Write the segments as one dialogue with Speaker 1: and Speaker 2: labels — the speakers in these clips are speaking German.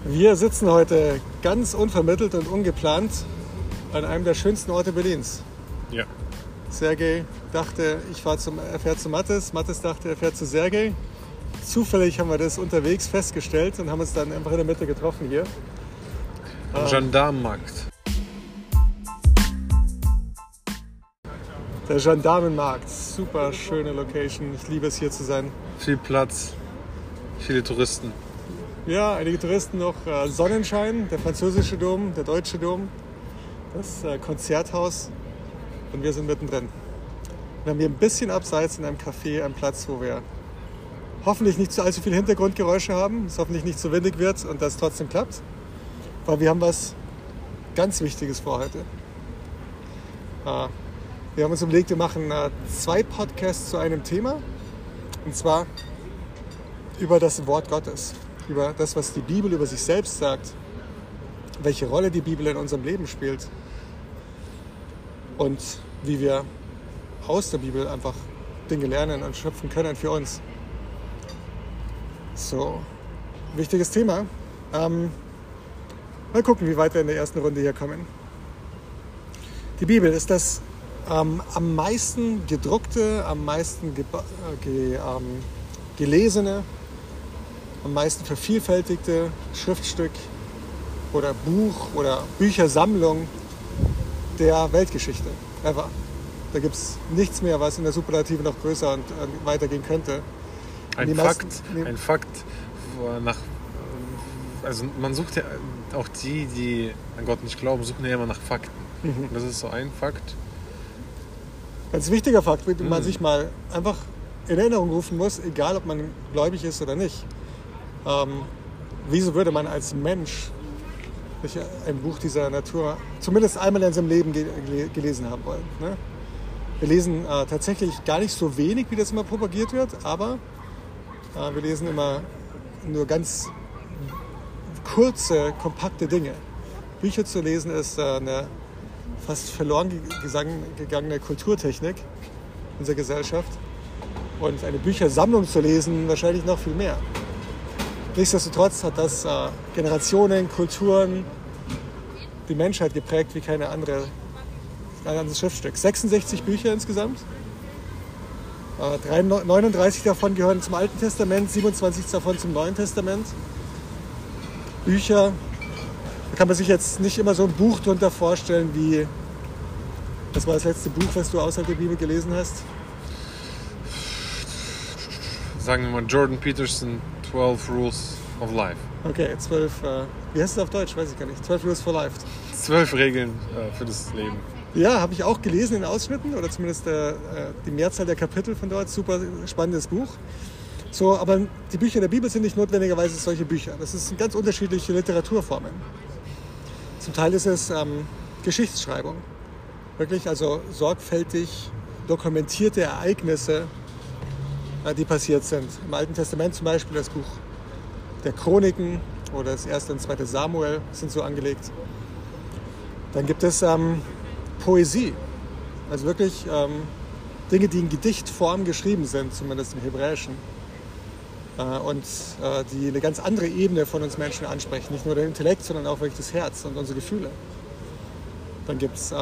Speaker 1: Wir sitzen heute ganz unvermittelt und ungeplant an einem der schönsten Orte Berlins.
Speaker 2: Ja.
Speaker 1: Sergej dachte, er fährt zu Mathis. Mathis dachte, er fährt zu Sergej. Zufällig haben wir das unterwegs festgestellt und haben uns dann einfach in der Mitte getroffen hier.
Speaker 2: Am Gendarmenmarkt.
Speaker 1: Der Gendarmenmarkt, super schöne Location. Ich liebe es, hier zu sein.
Speaker 2: Viel Platz, viele Touristen.
Speaker 1: Ja, einige Touristen noch. Sonnenschein, der französische Dom, der deutsche Dom, das Konzerthaus und wir sind mittendrin. Wir haben hier ein bisschen abseits in einem Café einen Platz, wo wir hoffentlich nicht zu allzu viele Hintergrundgeräusche haben, es hoffentlich nicht zu windig wird und das trotzdem klappt, weil wir haben was ganz Wichtiges vor heute. Wir haben uns überlegt, wir machen 2 Podcasts zu einem Thema, und zwar über das Wort Gottes, über das, was die Bibel über sich selbst sagt, welche Rolle die Bibel in unserem Leben spielt und wie wir aus der Bibel einfach Dinge lernen und schöpfen können für uns. So, wichtiges Thema. Mal gucken, wie weit wir in der ersten Runde hier kommen. Die Bibel ist das am meisten gedruckte, am meisten gelesene, am meisten vervielfältigte Schriftstück oder Buch oder Büchersammlung der Weltgeschichte ever. Da gibt es nichts mehr, was in der Superlative noch größer und weitergehen könnte.
Speaker 2: Ein Fakt, also man sucht ja auch die an Gott nicht glauben, suchen ja immer nach Fakten. Und das ist so ein Fakt.
Speaker 1: Ganz wichtiger Fakt, den man sich mal einfach in Erinnerung rufen muss, egal ob man gläubig ist oder nicht. Wieso würde man als Mensch ein Buch dieser Natur zumindest einmal in seinem Leben gelesen haben wollen? Ne? Wir lesen tatsächlich gar nicht so wenig, wie das immer propagiert wird, aber wir lesen immer nur ganz kurze, kompakte Dinge. Bücher zu lesen ist eine fast verloren gegangene Kulturtechnik unserer Gesellschaft. Und eine Büchersammlung zu lesen, wahrscheinlich noch viel mehr. Nichtsdestotrotz hat das Generationen, Kulturen, die Menschheit geprägt wie kein anderes Schriftstück. 66 Bücher insgesamt. 39 davon gehören zum Alten Testament, 27 davon zum Neuen Testament. Bücher, da kann man sich jetzt nicht immer so ein Buch drunter vorstellen wie, was war das letzte Buch, was du außerhalb der Bibel gelesen hast?
Speaker 2: Sagen wir mal Jordan Peterson, 12 Rules of Life.
Speaker 1: Okay, 12, wie heißt es auf Deutsch? Weiß ich gar nicht. 12 Rules for Life.
Speaker 2: 12 Regeln für das Leben.
Speaker 1: Ja, habe ich auch gelesen in Ausschnitten oder zumindest die Mehrzahl der Kapitel von dort. Super spannendes Buch. So, aber die Bücher der Bibel sind nicht notwendigerweise solche Bücher. Das sind ganz unterschiedliche Literaturformen. Zum Teil ist es Geschichtsschreibung. Wirklich also sorgfältig dokumentierte Ereignisse, die passiert sind. Im Alten Testament zum Beispiel das Buch der Chroniken oder das 1. und 2. Samuel sind so angelegt. Dann gibt es Poesie, also wirklich Dinge, die in Gedichtform geschrieben sind, zumindest im Hebräischen. Und die eine ganz andere Ebene von uns Menschen ansprechen. Nicht nur der Intellekt, sondern auch wirklich das Herz und unsere Gefühle. Dann gibt es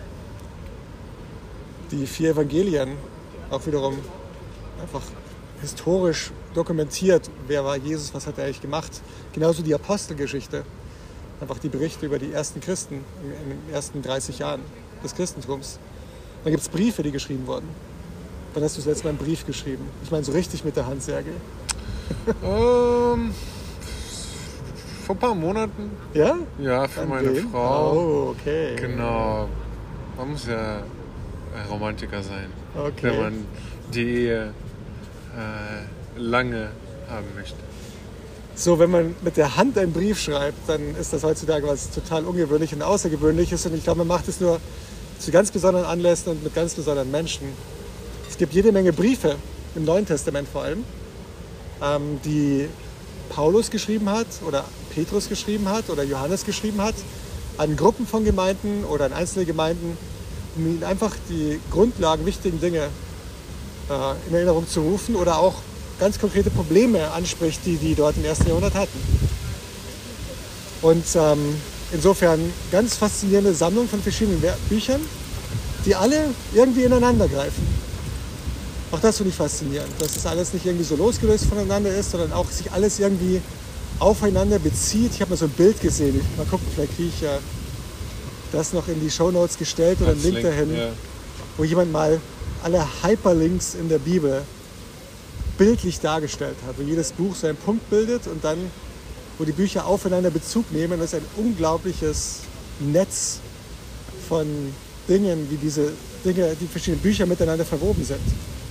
Speaker 1: die 4 Evangelien, auch wiederum einfach historisch dokumentiert, wer war Jesus, was hat er eigentlich gemacht. Genauso die Apostelgeschichte, einfach die Berichte über die ersten Christen in den ersten 30 Jahren des Christentums. Dann gibt es Briefe, die geschrieben wurden. Wann hast du das letzte Mal einen Brief geschrieben? Ich meine so richtig mit der Hand, Sergej.
Speaker 2: Vor ein paar Monaten.
Speaker 1: Ja?
Speaker 2: Ja, für meine
Speaker 1: wem?
Speaker 2: Frau.
Speaker 1: Oh, okay.
Speaker 2: Genau. Man muss ja ein Romantiker sein,
Speaker 1: Okay.
Speaker 2: wenn man die Ehe lange haben möchte.
Speaker 1: So, wenn man mit der Hand einen Brief schreibt, dann ist das heutzutage was total Ungewöhnliches und Außergewöhnliches. Und ich glaube, man macht es nur zu ganz besonderen Anlässen und mit ganz besonderen Menschen. Es gibt jede Menge Briefe, im Neuen Testament vor allem, die Paulus geschrieben hat oder Petrus geschrieben hat oder Johannes geschrieben hat, an Gruppen von Gemeinden oder an einzelne Gemeinden, um ihnen einfach die Grundlagen, wichtigen Dinge in Erinnerung zu rufen oder auch ganz konkrete Probleme anspricht, die dort im 1. Jahrhundert hatten. Und insofern ganz faszinierende Sammlung von verschiedenen Büchern, die alle irgendwie ineinander greifen. Auch das finde ich faszinierend, dass das alles nicht irgendwie so losgelöst voneinander ist, sondern auch sich alles irgendwie aufeinander bezieht. Ich habe mal so ein Bild gesehen, mal gucken, vielleicht kriege ich das noch in die Shownotes gestellt oder einen Link dahin, wo jemand mal alle Hyperlinks in der Bibel bildlich dargestellt hat, wo jedes Buch so einen Punkt bildet und dann, wo die Bücher aufeinander Bezug nehmen. Das ist ein unglaubliches Netz von Dingen, wie diese Dinge, die verschiedenen Bücher miteinander verwoben sind.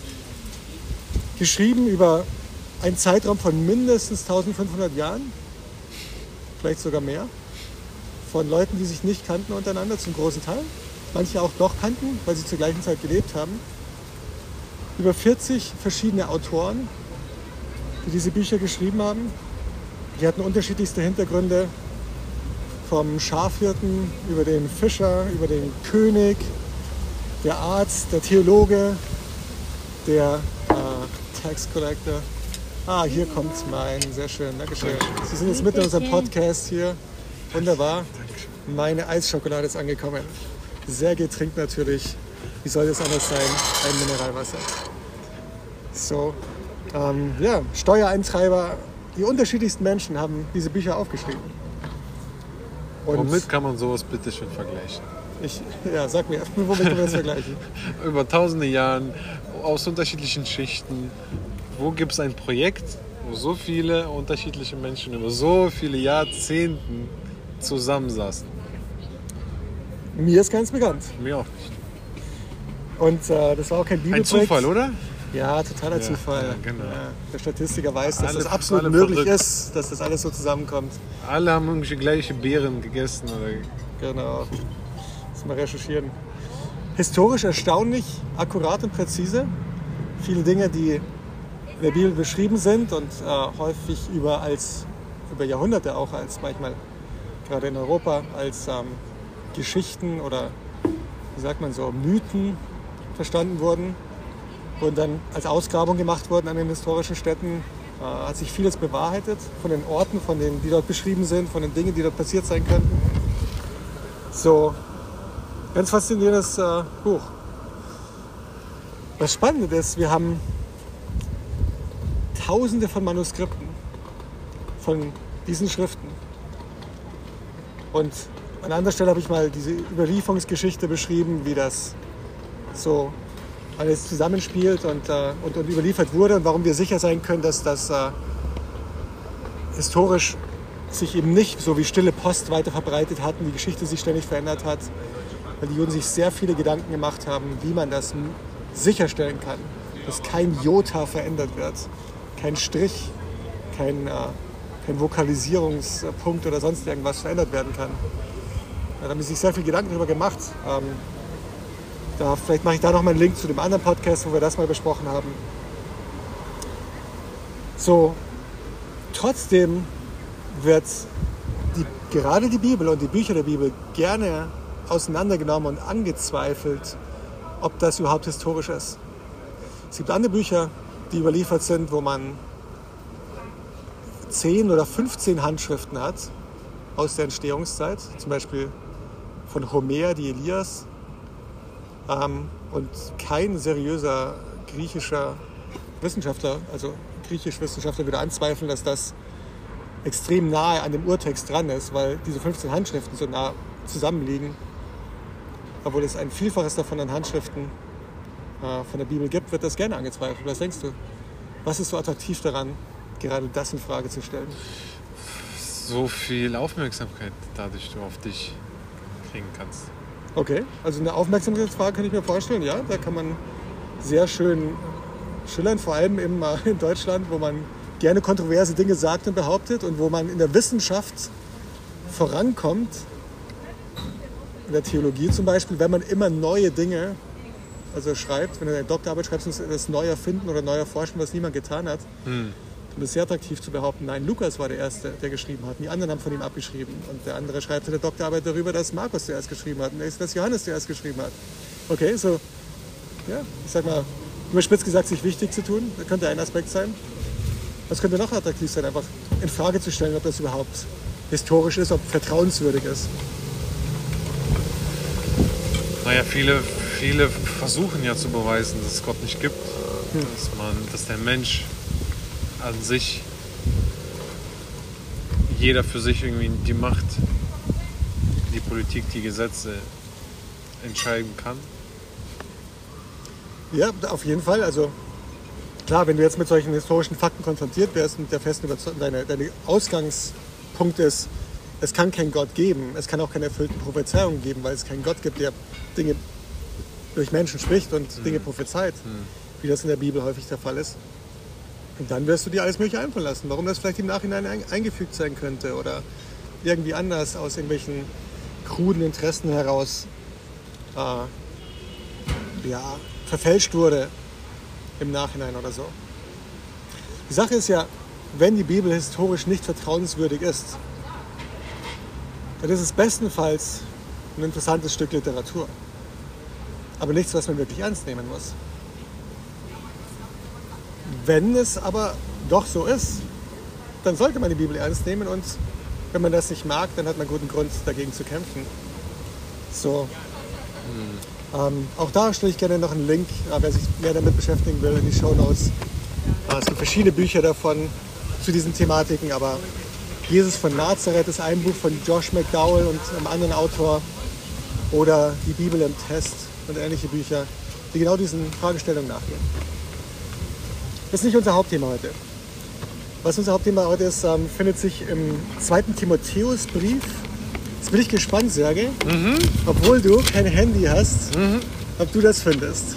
Speaker 1: Geschrieben über einen Zeitraum von mindestens 1500 Jahren, vielleicht sogar mehr, von Leuten, die sich nicht kannten untereinander, zum großen Teil. Manche auch doch kannten, weil sie zur gleichen Zeit gelebt haben. Über 40 verschiedene Autoren, die diese Bücher geschrieben haben. Die hatten unterschiedlichste Hintergründe, vom Schafhirten über den Fischer, über den König, der Arzt, der Theologe, der Tax Collector. Hier kommt mein, sehr schön, Dankeschön. Sie sind jetzt mitten in unserem Podcast hier. Wunderbar. Meine Eisschokolade ist angekommen. Sehr getrinkt natürlich. Wie soll das anders sein? Ein Mineralwasser. So, Steuereintreiber, die unterschiedlichsten Menschen haben diese Bücher aufgeschrieben. Und
Speaker 2: womit kann man sowas bitte schön vergleichen?
Speaker 1: Sag mir, womit kann man das vergleichen?
Speaker 2: Über tausende Jahren, aus unterschiedlichen Schichten. Wo gibt es ein Projekt, wo so viele unterschiedliche Menschen über so viele Jahrzehnte zusammensaßen?
Speaker 1: Mir ist ganz bekannt.
Speaker 2: Mir auch nicht.
Speaker 1: Und das war auch kein Bibelprojekt.
Speaker 2: Ein Zufall, oder?
Speaker 1: Ja, totaler Zufall.
Speaker 2: Ja, genau.
Speaker 1: Ja, der Statistiker weiß, dass das absolut möglich ist, dass das alles so zusammenkommt.
Speaker 2: Alle haben irgendwelche gleiche Beeren gegessen. Oder?
Speaker 1: Genau. Muss mal recherchieren. Historisch erstaunlich, akkurat und präzise. Viele Dinge, die in der Bibel beschrieben sind und häufig über Jahrhunderte auch als manchmal, gerade in Europa, als Geschichten oder, wie sagt man so, Mythen verstanden wurden und dann als Ausgrabung gemacht wurden an den historischen Städten, hat sich vieles bewahrheitet von den Orten, von denen, die dort beschrieben sind, von den Dingen, die dort passiert sein könnten. So, ganz faszinierendes Buch. Was spannend ist, wir haben Tausende von Manuskripten von diesen Schriften. Und an anderer Stelle habe ich mal diese Überlieferungsgeschichte beschrieben, wie das so alles zusammenspielt und überliefert wurde und warum wir sicher sein können, dass das historisch sich eben nicht so wie stille Post weiter verbreitet hat und die Geschichte sich ständig verändert hat, weil die Juden sich sehr viele Gedanken gemacht haben, wie man das sicherstellen kann, dass kein Jota verändert wird, kein Strich, kein Vokalisierungspunkt oder sonst irgendwas verändert werden kann. Da haben sie sich sehr viel Gedanken darüber gemacht. Vielleicht mache ich da noch mal einen Link zu dem anderen Podcast, wo wir das mal besprochen haben. So, trotzdem wird gerade die Bibel und die Bücher der Bibel gerne auseinandergenommen und angezweifelt, ob das überhaupt historisch ist. Es gibt andere Bücher, die überliefert sind, wo man 10 oder 15 Handschriften hat aus der Entstehungszeit, zum Beispiel von Homer, die Elias, und kein seriöser griechischer Wissenschaftler, also Griechisch-Wissenschaftler, würde anzweifeln, dass das extrem nahe an dem Urtext dran ist, weil diese 15 Handschriften so nah zusammenliegen, obwohl es ein Vielfaches davon an Handschriften von der Bibel gibt, wird das gerne angezweifelt. Was denkst du? Was ist so attraktiv daran, gerade das in Frage zu stellen?
Speaker 2: So viel Aufmerksamkeit dadurch du auf dich kriegen kannst.
Speaker 1: Okay, also eine Aufmerksamkeitsfrage kann ich mir vorstellen, ja, da kann man sehr schön schillern, vor allem in Deutschland, wo man gerne kontroverse Dinge sagt und behauptet und wo man in der Wissenschaft vorankommt, in der Theologie zum Beispiel, wenn man immer neue Dinge schreibt, wenn du eine Doktorarbeit schreibst, das neu erfinden oder neu erforschen, was niemand getan hat. Und es ist sehr attraktiv zu behaupten, nein, Lukas war der Erste, der geschrieben hat. Und die anderen haben von ihm abgeschrieben. Und der andere schreibt in der Doktorarbeit darüber, dass Markus zuerst geschrieben hat und dass Johannes zuerst geschrieben hat. Okay, so, ja, ich sag mal, überspitzt gesagt, sich wichtig zu tun, das könnte ein Aspekt sein. Was könnte noch attraktiv sein, einfach in Frage zu stellen, ob das überhaupt historisch ist, ob vertrauenswürdig ist.
Speaker 2: Naja, viele versuchen ja zu beweisen, dass es Gott nicht gibt. Dass der Mensch an sich, jeder für sich irgendwie die Macht, die Politik, die Gesetze entscheiden kann.
Speaker 1: Ja, auf jeden Fall. Also klar, wenn du jetzt mit solchen historischen Fakten konfrontiert wärst und der festen Überzeugung, deine Ausgangspunkt ist, es kann keinen Gott geben, es kann auch keine erfüllten Prophezeiungen geben, weil es keinen Gott gibt, der Dinge durch Menschen spricht und Dinge prophezeit, wie das in der Bibel häufig der Fall ist. Und dann wirst du dir alles Mögliche einfallen lassen, warum das vielleicht im Nachhinein eingefügt sein könnte oder irgendwie anders aus irgendwelchen kruden Interessen heraus verfälscht wurde im Nachhinein oder so. Die Sache ist ja, wenn die Bibel historisch nicht vertrauenswürdig ist, dann ist es bestenfalls ein interessantes Stück Literatur. Aber nichts, was man wirklich ernst nehmen muss. Wenn es aber doch so ist, dann sollte man die Bibel ernst nehmen und wenn man das nicht mag, dann hat man guten Grund, dagegen zu kämpfen. So. Auch da stelle ich gerne noch einen Link, wer sich mehr damit beschäftigen will, in die Shownotes. Es gibt verschiedene Bücher davon zu diesen Thematiken, aber Jesus von Nazareth ist ein Buch von Josh McDowell und einem anderen Autor oder die Bibel im Test und ähnliche Bücher, die genau diesen Fragestellungen nachgehen. Das ist nicht unser Hauptthema heute. Was unser Hauptthema heute ist, findet sich im 2. Timotheusbrief. Jetzt bin ich gespannt, Sergej, obwohl du kein Handy hast, ob du das findest.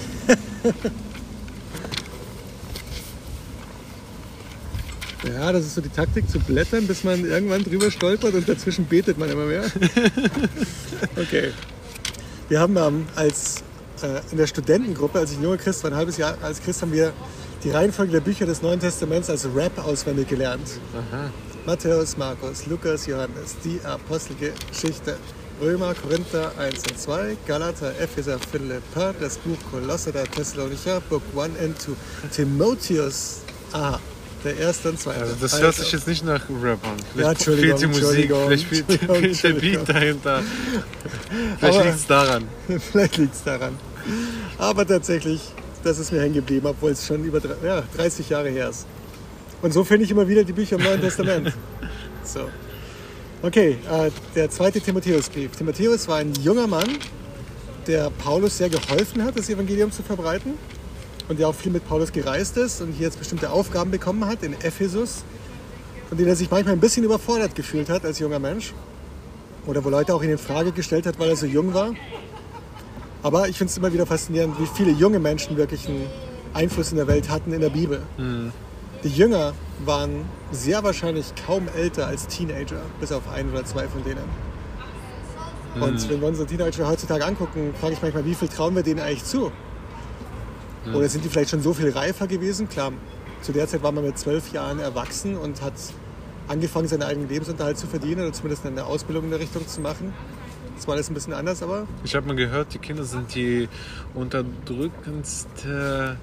Speaker 1: Ja, das ist so die Taktik, zu blättern, bis man irgendwann drüber stolpert und dazwischen betet man immer mehr. Okay. Wir haben in der Studentengruppe, als ich ein junger Christ war, ein halbes Jahr als Christ, haben wir die Reihenfolge der Bücher des Neuen Testaments als Rap auswendig gelernt. Aha. Matthäus, Markus, Lukas, Johannes, die Apostelgeschichte, Römer, Korinther 1 und 2, Galater, Epheser, Philipper, das Buch Kolosser, der Thessalonicher, Book 1 und 2, Timotheus, der erste und zweite.
Speaker 2: Also das hört sich jetzt nicht nach Rap an. Vielleicht
Speaker 1: Entschuldigung,
Speaker 2: fehlt die Musik, vielleicht fehlt der Beat dahinter. Vielleicht liegt es daran.
Speaker 1: Vielleicht liegt es daran. Aber tatsächlich, das ist mir hängen geblieben, obwohl es schon über 30 Jahre her ist. Und so finde ich immer wieder die Bücher im Neuen Testament. So. Okay, der 2. Timotheusbrief. Timotheus war ein junger Mann, der Paulus sehr geholfen hat, das Evangelium zu verbreiten. Und der auch viel mit Paulus gereist ist und hier jetzt bestimmte Aufgaben bekommen hat in Ephesus, von denen er sich manchmal ein bisschen überfordert gefühlt hat als junger Mensch. Oder wo Leute auch ihn in Frage gestellt hat, weil er so jung war. Aber ich finde es immer wieder faszinierend, wie viele junge Menschen wirklich einen Einfluss in der Welt hatten in der Bibel. Die Jünger waren sehr wahrscheinlich kaum älter als Teenager, bis auf 1 oder 2 von denen. Und wenn wir unsere Teenager heutzutage angucken, frage ich manchmal, wie viel trauen wir denen eigentlich zu? Oder sind die vielleicht schon so viel reifer gewesen? Klar, zu der Zeit war man mit 12 Jahren erwachsen und hat angefangen, seinen eigenen Lebensunterhalt zu verdienen oder zumindest eine Ausbildung in der Richtung zu machen. Das war alles ein bisschen anders, aber...
Speaker 2: Ich habe mal gehört, die Kinder sind die unterdrückendste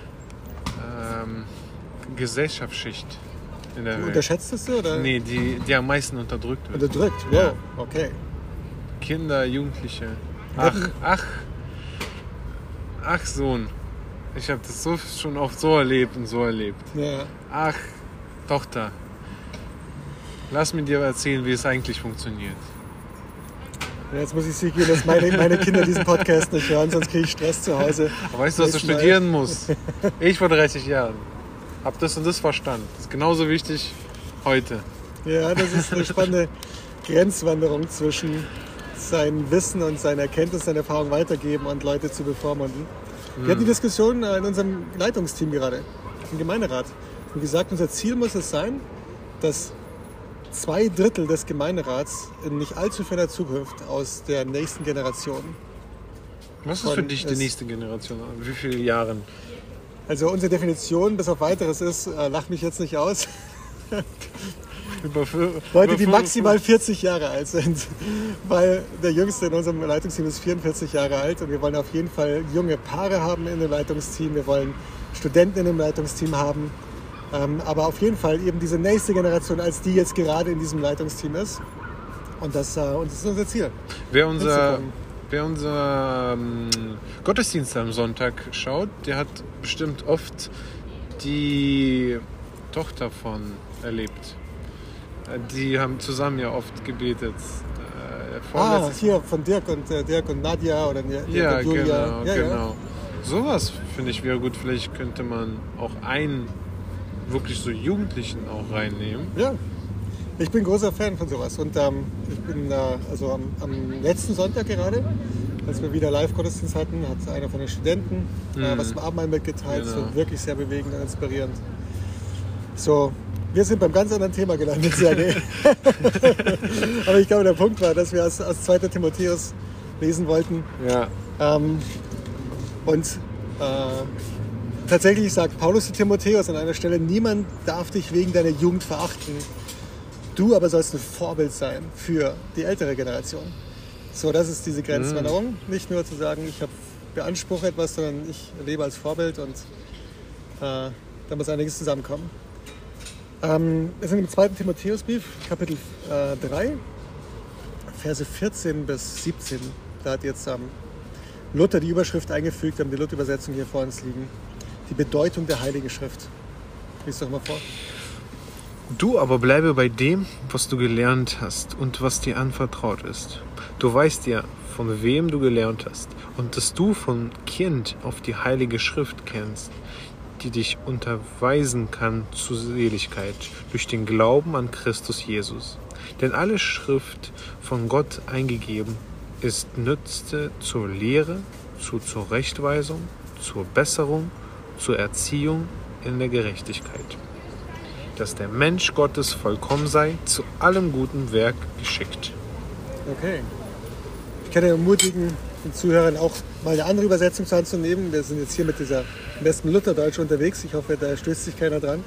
Speaker 2: Gesellschaftsschicht in der Welt.
Speaker 1: Unterschätzteste, oder?
Speaker 2: Nee, die am meisten unterdrückt wird.
Speaker 1: Unterdrückt? Wow, ja. Okay.
Speaker 2: Kinder, Jugendliche. Ach Sohn. Ich habe das schon oft so erlebt und so erlebt.
Speaker 1: Ja.
Speaker 2: Ach, Tochter. Lass mir dir erzählen, wie es eigentlich funktioniert.
Speaker 1: Jetzt muss ich sicher gehen, dass meine Kinder diesen Podcast nicht hören, sonst kriege ich Stress zu Hause.
Speaker 2: Aber weißt du, was du studieren musst? Ich vor 30 Jahren habe das und das verstanden. Das ist genauso wichtig heute.
Speaker 1: Ja, das ist eine spannende Grenzwanderung zwischen sein Wissen und seine Erkenntnis, seine Erfahrung weitergeben und Leute zu bevormunden. Wir hatten die Diskussion in unserem Leitungsteam gerade, im Gemeinderat. Und gesagt, unser Ziel muss es sein, dass 2/3 des Gemeinderats in nicht allzu ferner Zukunft aus der nächsten Generation.
Speaker 2: Was ist für dich die nächste Generation? Wie viele Jahren?
Speaker 1: Also unsere Definition, bis auf weiteres ist, lach mich jetzt nicht aus, Leute, die maximal 40 Jahre alt sind, weil der Jüngste in unserem Leitungsteam ist 44 Jahre alt und wir wollen auf jeden Fall junge Paare haben in dem Leitungsteam, wir wollen Studenten in dem Leitungsteam haben Aber auf jeden Fall eben diese nächste Generation, als die jetzt gerade in diesem Leitungsteam ist. Und das ist unser Ziel.
Speaker 2: Wer unser Gottesdienst am Sonntag schaut, der hat bestimmt oft die Tochter von erlebt. Die haben zusammen ja oft gebetet.
Speaker 1: Hier von Dirk und Nadja oder Dirk und Julia.
Speaker 2: Genau. Sowas finde ich wäre gut. Vielleicht könnte man auch einen wirklich so Jugendlichen auch reinnehmen.
Speaker 1: Ja, ich bin großer Fan von sowas. Und ich bin also am letzten Sonntag gerade, als wir wieder Live-Gottesdienst hatten, hat einer von den Studenten was im Abendmahl mitgeteilt. Genau. So wirklich sehr bewegend und inspirierend. So, wir sind beim ganz anderen Thema gelandet, Sergej. Aber ich glaube, der Punkt war, dass wir aus 2. Timotheus lesen wollten.
Speaker 2: Ja.
Speaker 1: Tatsächlich sagt Paulus zu Timotheus an einer Stelle, niemand darf dich wegen deiner Jugend verachten. Du aber sollst ein Vorbild sein für die ältere Generation. So, das ist diese Grenzwanderung. Nicht nur zu sagen, ich beanspruche etwas, sondern ich lebe als Vorbild und da muss einiges zusammenkommen. Wir sind im 2. Timotheusbrief, Kapitel 3, Verse 14 bis 17. Da hat jetzt Luther die Überschrift eingefügt, wir haben die Luther-Übersetzung hier vor uns liegen. Die Bedeutung der Heiligen Schrift. Lies doch mal vor.
Speaker 2: Du aber bleibe bei dem, was du gelernt hast und was dir anvertraut ist. Du weißt ja, von wem du gelernt hast und dass du von Kind auf die Heilige Schrift kennst, die dich unterweisen kann zur Seligkeit durch den Glauben an Christus Jesus. Denn alle Schrift von Gott eingegeben ist nütze zur Lehre, zur Zurechtweisung, zur Besserung, zur Erziehung in der Gerechtigkeit, dass der Mensch Gottes vollkommen sei, zu allem guten Werk geschickt.
Speaker 1: Okay. Ich kann ja ermutigen, den Zuhörern auch mal eine andere Übersetzung zur Hand zu nehmen. Wir sind jetzt hier mit dieser am besten Lutherdeutsch unterwegs. Ich hoffe, da stößt sich keiner dran.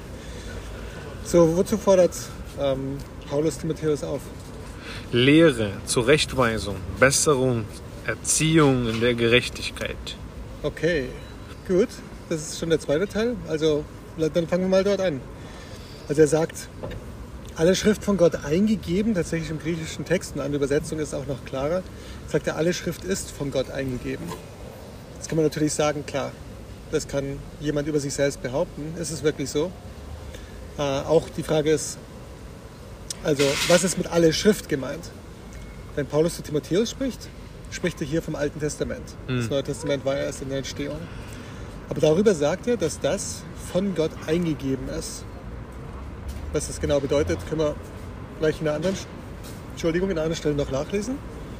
Speaker 1: So, wozu fordert Paulus Timotheus auf?
Speaker 2: Lehre, Zurechtweisung, Besserung, Erziehung in der Gerechtigkeit.
Speaker 1: Okay, gut. Das ist schon der zweite Teil. Also, dann fangen wir mal dort an. Also er sagt, alle Schrift von Gott eingegeben, tatsächlich im griechischen Text, eine andere Übersetzung ist auch noch klarer, sagt er, alle Schrift ist von Gott eingegeben. Jetzt kann man natürlich sagen, klar, das kann jemand über sich selbst behaupten. Ist es wirklich so? Auch die Frage ist, also was ist mit alle Schrift gemeint? Wenn Paulus zu Timotheus spricht er hier vom Alten Testament. Das Neue Testament war erst in der Entstehung. Aber darüber sagt er, dass das von Gott eingegeben ist. Was das genau bedeutet, können wir gleich in einer anderen Stelle noch nachlesen.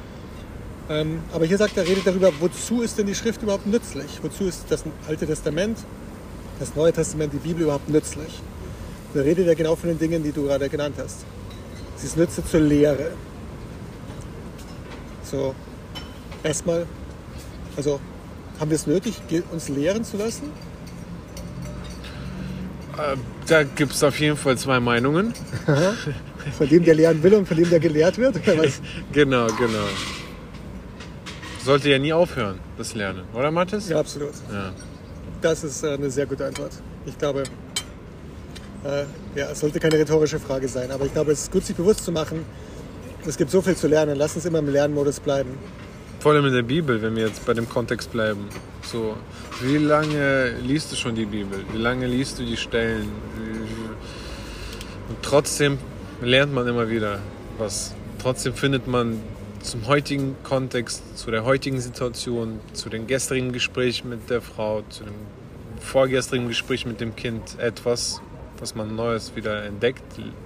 Speaker 1: Aber hier redet darüber, wozu ist denn die Schrift überhaupt nützlich? Wozu ist das Alte Testament, das Neue Testament, die Bibel überhaupt nützlich? Da redet er genau von den Dingen, die du gerade genannt hast. Sie ist nützlich zur Lehre. So, erstmal, also haben wir es nötig, uns lehren zu lassen?
Speaker 2: Da gibt es auf jeden Fall 2 Meinungen.
Speaker 1: Von dem, der lehren will und von dem, der gelehrt wird? Oder was?
Speaker 2: Genau. Sollte ja nie aufhören, das Lernen, oder Mathis?
Speaker 1: Ja, absolut.
Speaker 2: Ja.
Speaker 1: Das ist eine sehr gute Antwort. Ich glaube, es sollte keine rhetorische Frage sein, aber ich glaube, es ist gut, sich bewusst zu machen, es gibt so viel zu lernen. Lass uns immer im Lernmodus bleiben.
Speaker 2: Vor allem in der Bibel, wenn wir jetzt bei dem Kontext bleiben. So, wie lange liest du schon die Bibel? Wie lange liest du die Stellen? Und trotzdem lernt man immer wieder was. Trotzdem findet man zum heutigen Kontext, zu der heutigen Situation, zu dem gestrigen Gespräch mit der Frau, zu dem vorgestrigen Gespräch mit dem Kind etwas, was man Neues wieder entdeckt.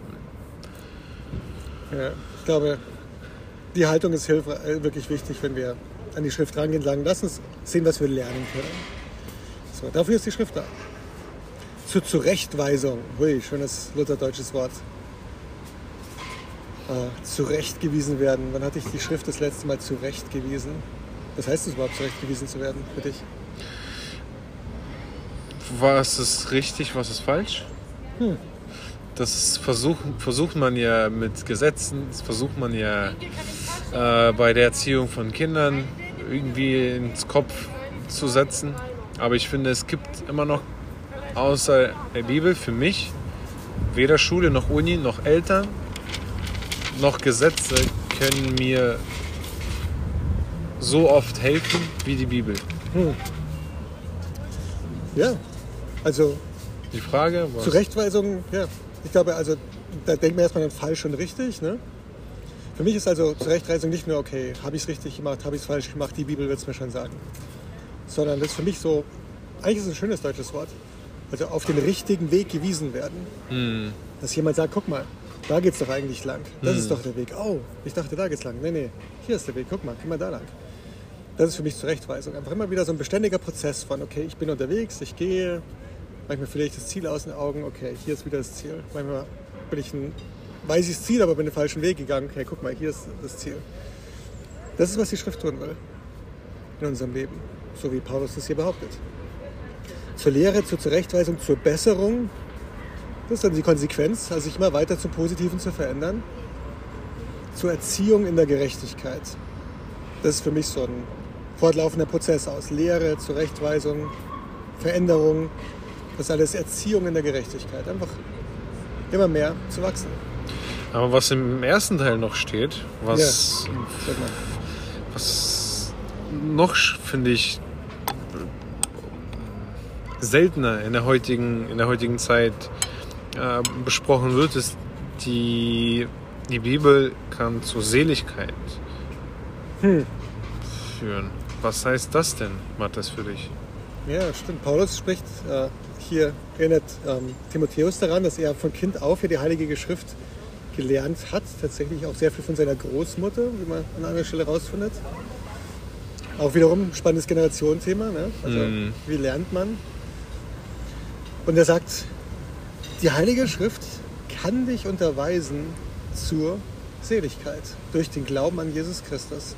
Speaker 1: Ja, ich glaube, die Haltung ist wirklich wichtig, wenn wir an die Schrift rangehen und sagen, lass uns sehen, was wir lernen können. So, dafür ist die Schrift da. Zur Zurechtweisung, schönes lutherdeutsches Wort. Zurechtgewiesen werden. Wann hatte ich die Schrift das letzte Mal zurechtgewiesen? Was heißt es überhaupt, zurechtgewiesen zu werden für dich?
Speaker 2: Was ist richtig, was ist falsch? Das versucht man ja mit Gesetzen, das versucht man ja bei der Erziehung von Kindern irgendwie ins Kopf zu setzen. Aber ich finde, es gibt immer noch außer der Bibel für mich weder Schule noch Uni noch Eltern noch Gesetze können mir so oft helfen wie die Bibel.
Speaker 1: Ja, also
Speaker 2: Die Frage war...
Speaker 1: Zurechtweisung, ja. Ich glaube, also da denkt man erstmal an falsch und richtig. Ne? Für mich ist also Zurechtweisung nicht nur, okay, habe ich es richtig gemacht, habe ich es falsch gemacht, die Bibel wird es mir schon sagen. Sondern das ist für mich so, eigentlich ist es ein schönes deutsches Wort, also auf den richtigen Weg gewiesen werden. Dass jemand sagt, guck mal, da geht's doch eigentlich lang. Das ist doch der Weg. Oh, ich dachte, da geht's lang. Nee, hier ist der Weg. Guck mal, geh mal da lang. Das ist für mich Zurechtweisung. Einfach immer wieder so ein beständiger Prozess von, okay, ich bin unterwegs, ich gehe, manchmal verliere ich das Ziel aus den Augen, okay, hier ist wieder das Ziel. Manchmal weiß ich das Ziel, aber bin den falschen Weg gegangen. Okay, guck mal, hier ist das Ziel. Das ist, was die Schrift tun will in unserem Leben, so wie Paulus das hier behauptet. Zur Lehre, zur Zurechtweisung, zur Besserung, das ist dann die Konsequenz, also sich immer weiter zum Positiven zu verändern. Zur Erziehung in der Gerechtigkeit. Das ist für mich so ein fortlaufender Prozess aus Lehre, Zurechtweisung, Veränderung. Das ist alles Erziehung in der Gerechtigkeit. Einfach immer mehr zu wachsen.
Speaker 2: Aber was im ersten Teil noch steht, was noch, finde ich, seltener in der heutigen Zeit besprochen wird, ist die Bibel kann zur Seligkeit führen. Was heißt das denn, Matthias, für dich?
Speaker 1: Ja, stimmt. Paulus spricht hier, erinnert Timotheus daran, dass er von Kind auf hier die Heilige Schrift gelernt hat. Tatsächlich auch sehr viel von seiner Großmutter, wie man an anderer Stelle rausfindet. Auch wiederum ein spannendes Generationenthema. Ne? Also wie lernt man? Und er sagt, die Heilige Schrift kann dich unterweisen zur Seligkeit durch den Glauben an Jesus Christus.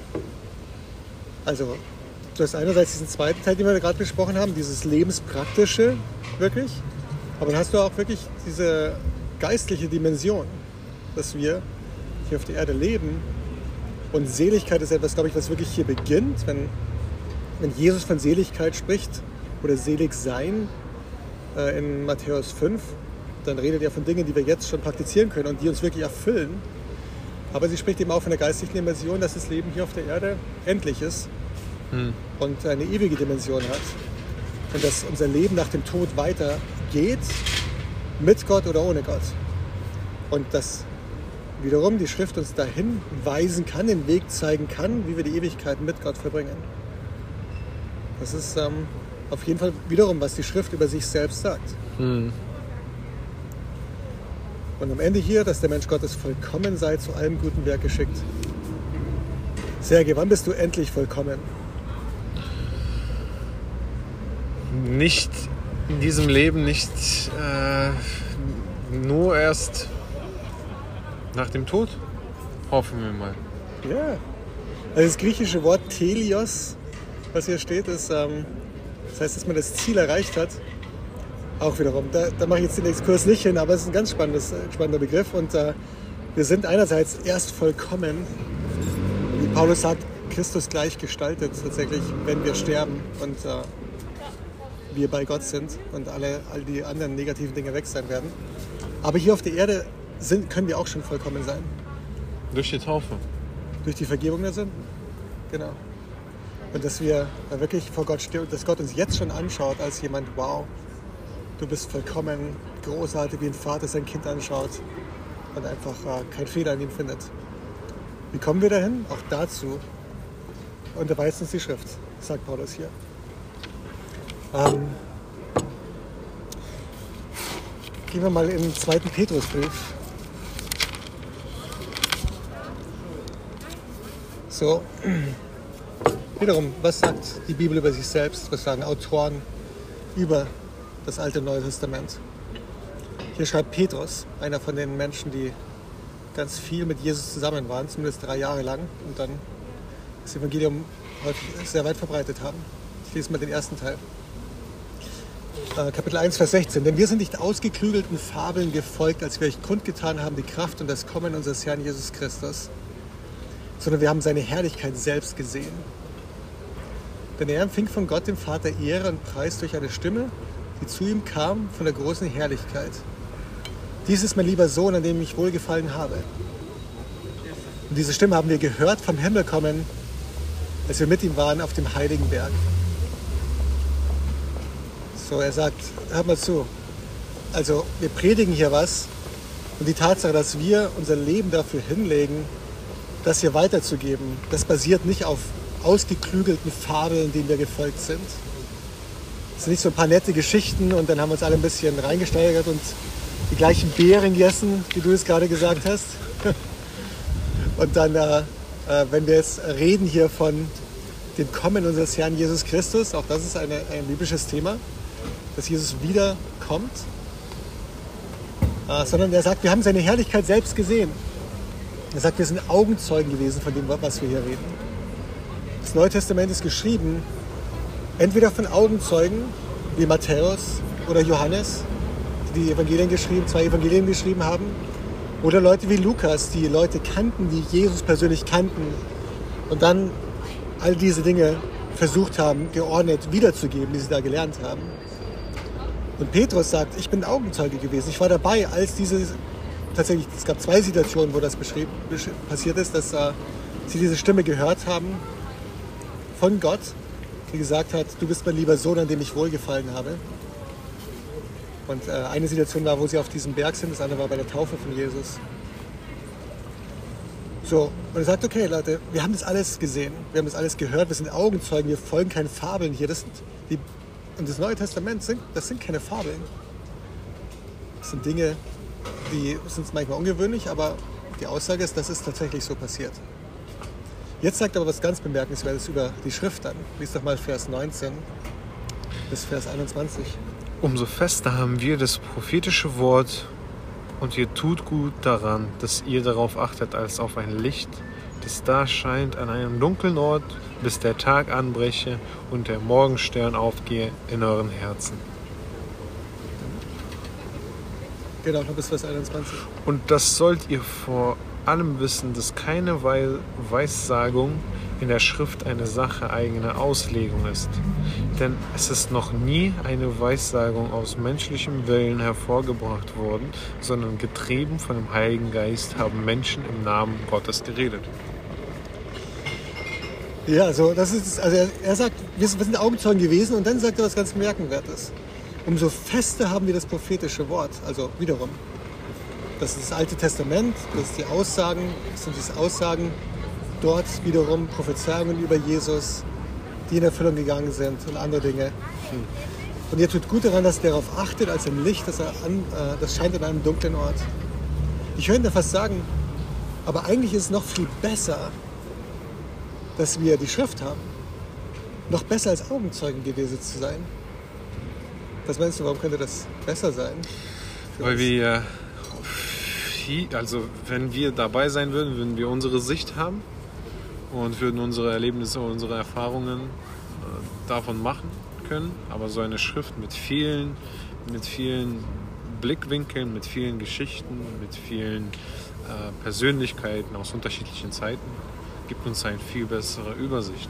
Speaker 1: Also du hast einerseits diesen zweiten Teil, den wir gerade besprochen haben, dieses Lebenspraktische wirklich, aber dann hast du auch wirklich diese geistliche Dimension, dass wir hier auf der Erde leben. Und Seligkeit ist etwas, glaube ich, was wirklich hier beginnt, wenn Jesus von Seligkeit spricht oder selig sein in Matthäus 5, dann redet er von Dingen, die wir jetzt schon praktizieren können und die uns wirklich erfüllen. Aber sie spricht eben auch von der geistlichen Dimension, dass das Leben hier auf der Erde endlich ist und eine ewige Dimension hat. Und dass unser Leben nach dem Tod weitergeht, mit Gott oder ohne Gott. Und dass wiederum die Schrift uns dahin weisen kann, den Weg zeigen kann, wie wir die Ewigkeit mit Gott verbringen. Das ist auf jeden Fall wiederum, was die Schrift über sich selbst sagt. Und am Ende hier, dass der Mensch Gottes vollkommen sei, zu allem guten Werk geschickt. Sergej, wann bist du endlich vollkommen?
Speaker 2: Nicht in diesem Leben, nicht nur erst nach dem Tod, hoffen wir mal.
Speaker 1: Ja, also das griechische Wort Telios, was hier steht, ist, das heißt, dass man das Ziel erreicht hat. Auch wiederum, da mache ich jetzt den Exkurs nicht hin, aber es ist ein ganz spannender Begriff. Und wir sind einerseits erst vollkommen, wie Paulus sagt, Christus gleich gestaltet tatsächlich, wenn wir sterben und wir bei Gott sind und all die anderen negativen Dinge weg sein werden. Aber hier auf der Erde können wir auch schon vollkommen sein.
Speaker 2: Durch die Taufe.
Speaker 1: Durch die Vergebung der Sünden. Genau. Und dass wir wirklich vor Gott stehen und dass Gott uns jetzt schon anschaut als jemand, wow, du bist vollkommen großartig, wie ein Vater sein Kind anschaut und einfach keinen Fehler in ihm findet. Wie kommen wir dahin? Auch dazu unterweist uns die Schrift, sagt Paulus hier. Gehen wir mal in den 2. Petrusbrief. So, wiederum, was sagt die Bibel über sich selbst? Was sagen Autoren über das Alte und Neue Testament? Hier schreibt Petrus, einer von den Menschen, die ganz viel mit Jesus zusammen waren, zumindest 3 Jahre lang und dann das Evangelium häufig sehr weit verbreitet haben. Ich lese mal den ersten Teil. Kapitel 1, Vers 16. Denn wir sind nicht ausgeklügelten Fabeln gefolgt, als wir euch kundgetan haben, die Kraft und das Kommen unseres Herrn Jesus Christus, sondern wir haben seine Herrlichkeit selbst gesehen. Denn er empfing von Gott, dem Vater, Ehre und Preis durch eine Stimme, die zu ihm kam von der großen Herrlichkeit. Dies ist mein lieber Sohn, an dem ich wohlgefallen habe. Und diese Stimme haben wir gehört vom Himmel kommen, als wir mit ihm waren auf dem heiligen Berg. So, er sagt, hört mal zu, also wir predigen hier was und die Tatsache, dass wir unser Leben dafür hinlegen, das hier weiterzugeben, das basiert nicht auf ausgeklügelten Fabeln, denen wir gefolgt sind. Es sind nicht so ein paar nette Geschichten und dann haben wir uns alle ein bisschen reingesteigert und die gleichen Beeren gegessen, wie du es gerade gesagt hast. Und dann, wenn wir jetzt reden hier von dem Kommen unseres Herrn Jesus Christus, auch das ist ein biblisches Thema, dass Jesus wiederkommt, sondern er sagt, wir haben seine Herrlichkeit selbst gesehen. Er sagt, wir sind Augenzeugen gewesen von dem, was wir hier reden. Das Neue Testament ist geschrieben, entweder von Augenzeugen wie Matthäus oder Johannes, die Evangelien geschrieben, 2 Evangelien geschrieben haben, oder Leute wie Lukas, die Leute kannten, die Jesus persönlich kannten und dann all diese Dinge versucht haben, geordnet wiederzugeben, die sie da gelernt haben. Und Petrus sagt, ich bin Augenzeuge gewesen. Ich war dabei, als tatsächlich, es gab 2 Situationen, wo das passiert ist, dass sie diese Stimme gehört haben von Gott, die gesagt hat, du bist mein lieber Sohn, an dem ich wohlgefallen habe. Und eine Situation war, wo sie auf diesem Berg sind, das andere war bei der Taufe von Jesus. So, und er sagt, okay Leute, wir haben das alles gesehen, wir haben das alles gehört, wir sind Augenzeugen, wir folgen keinen Fabeln hier. Und das Neue Testament das sind keine Fabeln. Das sind Dinge, die sind manchmal ungewöhnlich, aber die Aussage ist, das ist tatsächlich so passiert. Jetzt sagt er aber was ganz Bemerkenswertes über die Schrift an. Lies doch mal Vers 19 bis Vers 21.
Speaker 2: Umso fester haben wir das prophetische Wort und ihr tut gut daran, dass ihr darauf achtet, als auf ein Licht, das da scheint an einem dunklen Ort, bis der Tag anbreche und der Morgenstern aufgehe in euren Herzen.
Speaker 1: Genau, noch bis Vers 21.
Speaker 2: Und das sollt ihr vor allem wissen, dass keine Weissagung in der Schrift eine Sache eigener Auslegung ist. Denn es ist noch nie eine Weissagung aus menschlichem Willen hervorgebracht worden, sondern getrieben von dem Heiligen Geist haben Menschen im Namen Gottes geredet.
Speaker 1: Ja, also er sagt, wir sind Augenzeugen gewesen und dann sagt er was ganz Bemerkenswertes. Umso fester haben wir das prophetische Wort, also wiederum. Das ist das Alte Testament, das sind diese Aussagen, dort wiederum Prophezeiungen über Jesus, die in Erfüllung gegangen sind und andere Dinge. Und ihr tut gut daran, dass ihr darauf achtet, als ein Licht, das scheint an einem dunklen Ort. Ich könnte fast sagen, aber eigentlich ist es noch viel besser, dass wir die Schrift haben. Noch besser als Augenzeugen gewesen zu sein. Was meinst du, warum könnte das besser sein?
Speaker 2: Weil wir, wenn wir dabei sein würden, würden wir unsere Sicht haben und würden unsere Erlebnisse, unsere Erfahrungen davon machen können. Aber so eine Schrift mit vielen Blickwinkeln, mit vielen Geschichten, mit vielen Persönlichkeiten aus unterschiedlichen Zeiten gibt uns eine viel bessere Übersicht.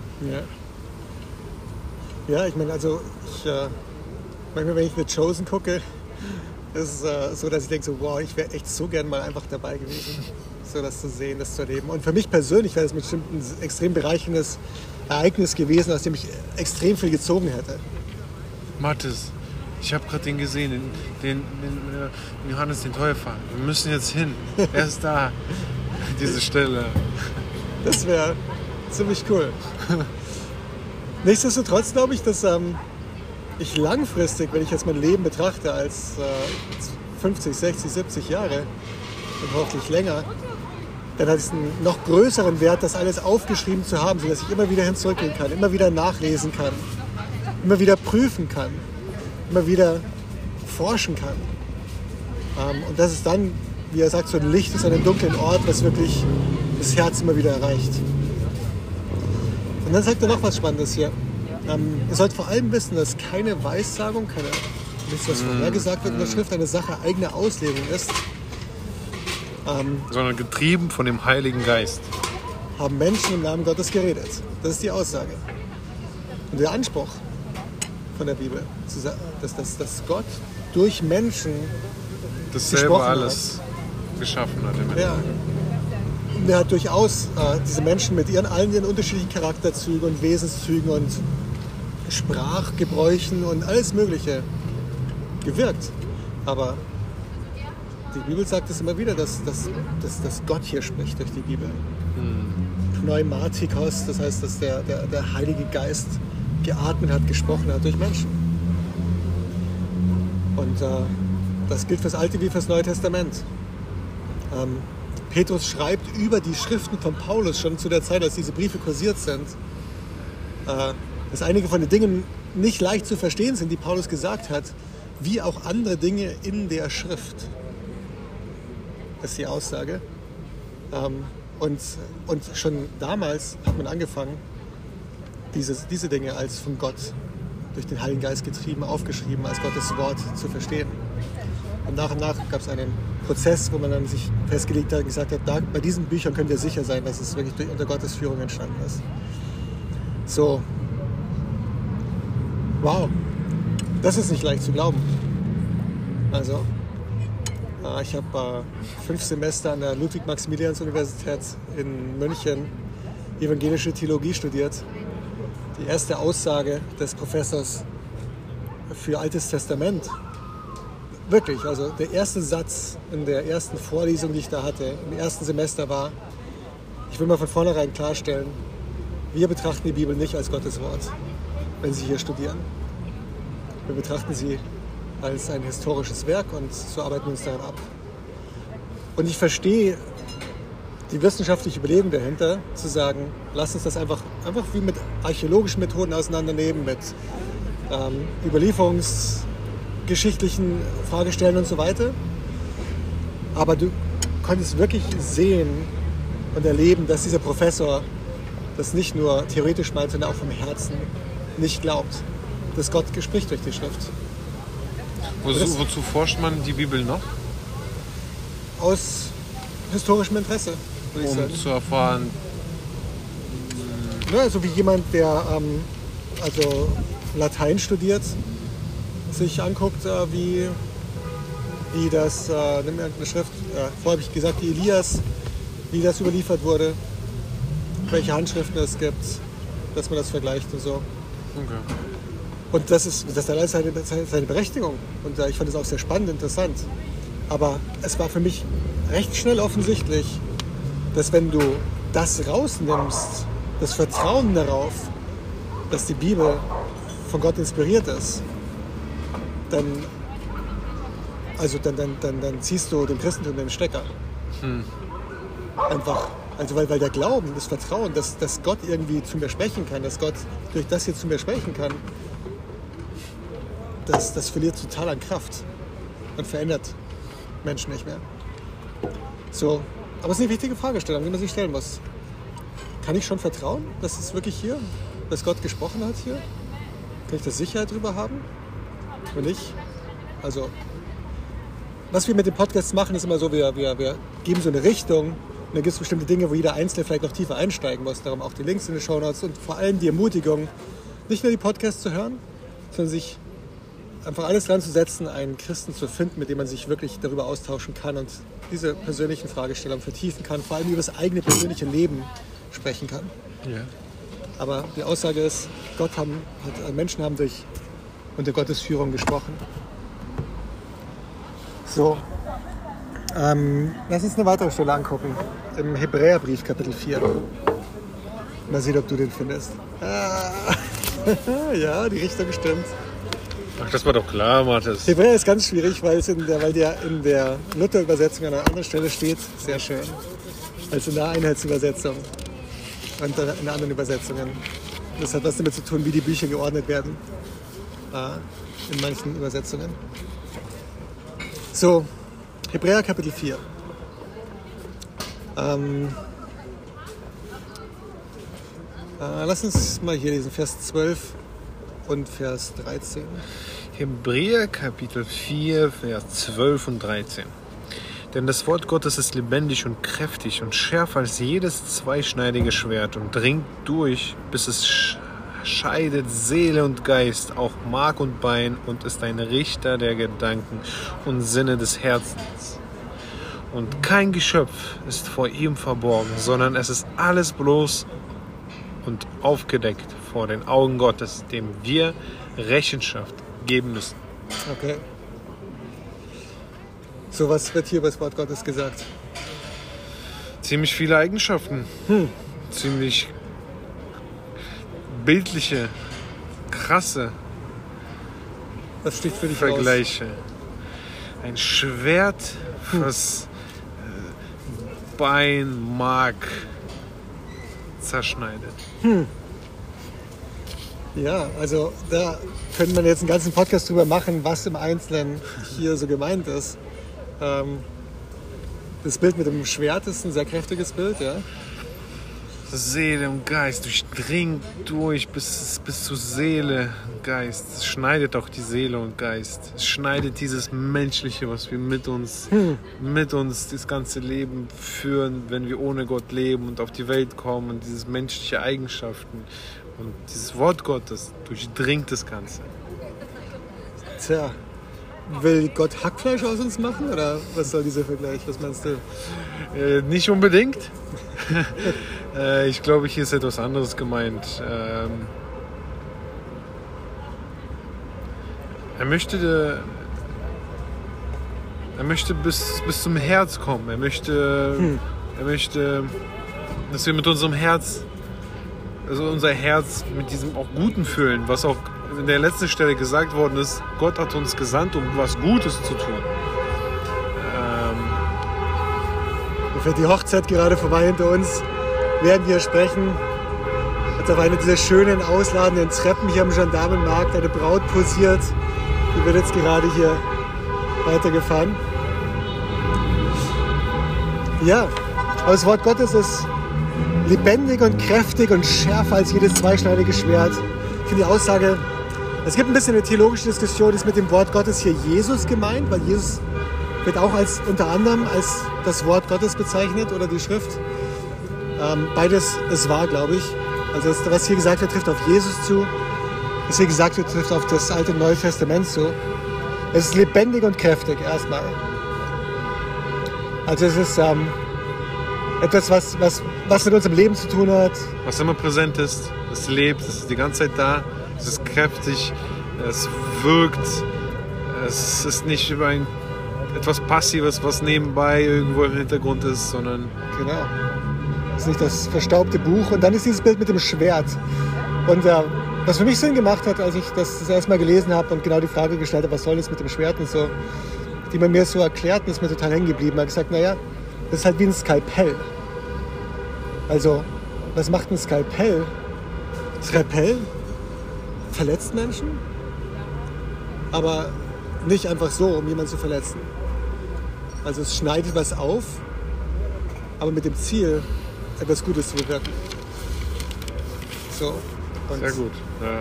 Speaker 1: Ja, ich meine, manchmal, wenn ich The Chosen gucke, ist es so, dass ich denke, so, wow, ich wäre echt so gern mal einfach dabei gewesen, so das zu sehen, das zu erleben. Und für mich persönlich wäre das bestimmt ein extrem bereicherndes Ereignis gewesen, aus dem ich extrem viel gezogen hätte.
Speaker 2: Mathis, ich habe gerade den gesehen, den Johannes den Täufer. Wir müssen jetzt hin. Er ist da, diese Stelle.
Speaker 1: Das wäre ziemlich cool. Nichtsdestotrotz glaube ich, dass ich langfristig, wenn ich jetzt mein Leben betrachte als 50, 60, 70 Jahre und hoffentlich länger, dann hat es einen noch größeren Wert, das alles aufgeschrieben zu haben, sodass ich immer wieder hin zurückgehen kann, immer wieder nachlesen kann, immer wieder prüfen kann, immer wieder forschen kann. Und das ist dann, wie er sagt, so ein Licht ist an einem dunklen Ort, was wirklich das Herz immer wieder erreicht. Und dann sagt er noch was Spannendes hier. Ihr sollt vor allem wissen, dass keine Weissagung, nichts, was vorhergesagt wird in der Schrift, eine Sache eigener Auslegung ist.
Speaker 2: Sondern getrieben von dem Heiligen Geist.
Speaker 1: Haben Menschen im Namen Gottes geredet. Das ist die Aussage. Und der Anspruch von der Bibel. Dass Gott durch Menschen
Speaker 2: Das selber
Speaker 1: gesprochen
Speaker 2: alles geschaffen hat.
Speaker 1: Ja. Und er hat durchaus diese Menschen mit allen ihren unterschiedlichen Charakterzügen und Wesenszügen und Sprachgebräuchen und alles Mögliche gewirkt. Aber die Bibel sagt es immer wieder, dass Gott hier spricht durch die Bibel. Pneumatikos, das heißt, dass der Heilige Geist geatmet hat, gesprochen hat durch Menschen. Und das gilt fürs Alte wie fürs Neue Testament. Petrus schreibt über die Schriften von Paulus schon zu der Zeit, als diese Briefe kursiert sind, dass einige von den Dingen nicht leicht zu verstehen sind, die Paulus gesagt hat, wie auch andere Dinge in der Schrift. Das ist die Aussage. Und schon damals hat man angefangen, diese Dinge als von Gott durch den Heiligen Geist getrieben, aufgeschrieben, als Gottes Wort zu verstehen. Und nach gab es einen Prozess, wo man dann sich festgelegt hat und gesagt hat, bei diesen Büchern können wir sicher sein, dass es wirklich unter Gottes Führung entstanden ist. So. Wow. Das ist nicht leicht zu glauben. Also, ich habe 5 Semester an der Ludwig-Maximilians-Universität in München evangelische Theologie studiert. Die erste Aussage des Professors für Altes Testament, wirklich, also der erste Satz in der ersten Vorlesung, die ich da hatte, im ersten Semester war, ich will mal von vornherein klarstellen, wir betrachten die Bibel nicht als Gottes Wort, wenn Sie hier studieren. Wir betrachten sie als ein historisches Werk und so arbeiten wir uns daran ab. Und ich verstehe die wissenschaftliche Überlegung dahinter, zu sagen, lass uns das einfach wie mit archäologischen Methoden auseinandernehmen, mit überlieferungsgeschichtlichen Fragestellen und so weiter. Aber du konntest wirklich sehen und erleben, dass dieser Professor das nicht nur theoretisch meint, sondern auch vom Herzen nicht glaubt, dass Gott spricht durch die Schrift.
Speaker 2: Wozu forscht man die Bibel noch?
Speaker 1: Aus historischem Interesse, würde ich sagen.
Speaker 2: Um zu erfahren.
Speaker 1: Ja, also wie jemand, der also Latein studiert, sich anguckt, wie das, nimm irgendeine Schrift, vorher habe ich gesagt, die Elias, wie das überliefert wurde, welche Handschriften es gibt, dass man das vergleicht und so.
Speaker 2: Okay.
Speaker 1: Und das hat alles seine Berechtigung. Und ich fand es auch sehr spannend, interessant. Aber es war für mich recht schnell offensichtlich, dass wenn du das rausnimmst, das Vertrauen darauf, dass die Bibel von Gott inspiriert ist, dann ziehst du dem Christentum den Stecker. Einfach. Also weil der Glauben, das Vertrauen, dass Gott irgendwie zu mir sprechen kann, dass Gott durch das hier zu mir sprechen kann, das verliert total an Kraft und verändert Menschen nicht mehr. So, aber es ist eine wichtige Fragestellung, die man sich stellen muss. Kann ich schon vertrauen, dass es wirklich hier, dass Gott gesprochen hat hier? Kann ich da Sicherheit drüber haben? Und ich? Also, was wir mit dem Podcast machen, ist immer so, wir geben so eine Richtung. Und dann gibt es bestimmte Dinge, wo jeder Einzelne vielleicht noch tiefer einsteigen muss. Darum auch die Links in den Shownotes und vor allem die Ermutigung, nicht nur die Podcasts zu hören, sondern sich einfach alles dran zu setzen, einen Christen zu finden, mit dem man sich wirklich darüber austauschen kann und diese persönlichen Fragestellungen vertiefen kann, vor allem über das eigene persönliche Leben sprechen kann.
Speaker 2: Ja.
Speaker 1: Aber die Aussage ist, Menschen haben unter Gottes Führung gesprochen. So. Lass uns eine weitere Stelle angucken. Im Hebräerbrief, Kapitel 4. Mal sehen, ob du den findest. Ja, die Richtung stimmt.
Speaker 2: Ach, das war doch klar, Mathis.
Speaker 1: Hebräer ist ganz schwierig, weil der in der Luther-Übersetzung an einer anderen Stelle steht. Sehr schön. Als in der Einheitsübersetzung. Und in anderen Übersetzungen. Das hat was damit zu tun, wie die Bücher geordnet werden. In manchen Übersetzungen. So. Hebräer Kapitel 4. Lass uns mal hier lesen, Vers 12 und Vers 13.
Speaker 2: Hebräer Kapitel 4, Vers 12 und 13. Denn das Wort Gottes ist lebendig und kräftig und schärfer als jedes zweischneidige Schwert und dringt durch, bis es scheidet Seele und Geist, auch Mark und Bein und ist ein Richter der Gedanken und Sinne des Herzens. Und kein Geschöpf ist vor ihm verborgen, sondern es ist alles bloß und aufgedeckt vor den Augen Gottes, dem wir Rechenschaft geben müssen.
Speaker 1: Okay. So, was wird hier über das Wort Gottes gesagt?
Speaker 2: Ziemlich viele Eigenschaften. Ziemlich bildliche, krasse
Speaker 1: Was sticht für dich
Speaker 2: Vergleiche. Ein Schwert, was Bein, Mark zerschneidet.
Speaker 1: Ja, also da könnte man jetzt einen ganzen Podcast drüber machen, was im Einzelnen hier so gemeint ist. Das Bild mit dem Schwert ist ein sehr kräftiges Bild, ja.
Speaker 2: Seele und Geist durchdringt durch bis zur Seele und Geist. Es schneidet auch die Seele und Geist. Es schneidet dieses Menschliche, was wir mit uns das ganze Leben führen, wenn wir ohne Gott leben und auf die Welt kommen. Und diese menschliche Eigenschaften und dieses Wort Gottes durchdringt das Ganze.
Speaker 1: Tja, will Gott Hackfleisch aus uns machen oder was soll dieser Vergleich? Was meinst du?
Speaker 2: Nicht unbedingt. Ich glaube, hier ist etwas anderes gemeint. Er möchte bis zum Herz kommen. Er möchte, dass wir mit unserem Herz, also unser Herz mit diesem auch Guten füllen, was auch in der letzten Stelle gesagt worden ist. Gott hat uns gesandt, um was Gutes zu tun.
Speaker 1: Da fährt die Hochzeit gerade vorbei hinter uns, während wir sprechen. Jetzt auf einer dieser schönen, ausladenden Treppen hier am Gendarmenmarkt eine Braut posiert. Die wird jetzt gerade hier weitergefahren. Ja, aber das Wort Gottes ist lebendig und kräftig und schärfer als jedes zweischneidige Schwert. Ich finde die Aussage, es gibt ein bisschen eine theologische Diskussion, ist mit dem Wort Gottes hier Jesus gemeint, weil Jesus wird auch unter anderem als das Wort Gottes bezeichnet oder die Schrift. Beides ist wahr, glaube ich. Also was hier gesagt wird, trifft auf Jesus zu. Was hier gesagt wird, trifft auf das Alte und Neue Testament zu. Es ist lebendig und kräftig erstmal. Also es ist etwas, was mit unserem Leben zu tun hat.
Speaker 2: Was immer präsent ist, es lebt, es ist die ganze Zeit da, es ist kräftig, es wirkt, es ist nicht über etwas Passives, was nebenbei irgendwo im Hintergrund ist, sondern...
Speaker 1: Genau. Es ist nicht das verstaubte Buch. Und dann ist dieses Bild mit dem Schwert. Und was für mich Sinn gemacht hat, als ich das erste Mal gelesen habe und genau die Frage gestellt habe, was soll das mit dem Schwert und so, die man mir so erklärt, und ist mir total hängen geblieben. Ich habe gesagt, naja, das ist halt wie ein Skalpell. Also, was macht ein Skalpell? Skalpell verletzt Menschen, aber nicht einfach so, um jemanden zu verletzen. Also es schneidet was auf, aber mit dem Ziel, etwas Gutes zu bewirken. So. Und
Speaker 2: sehr gut. Ja.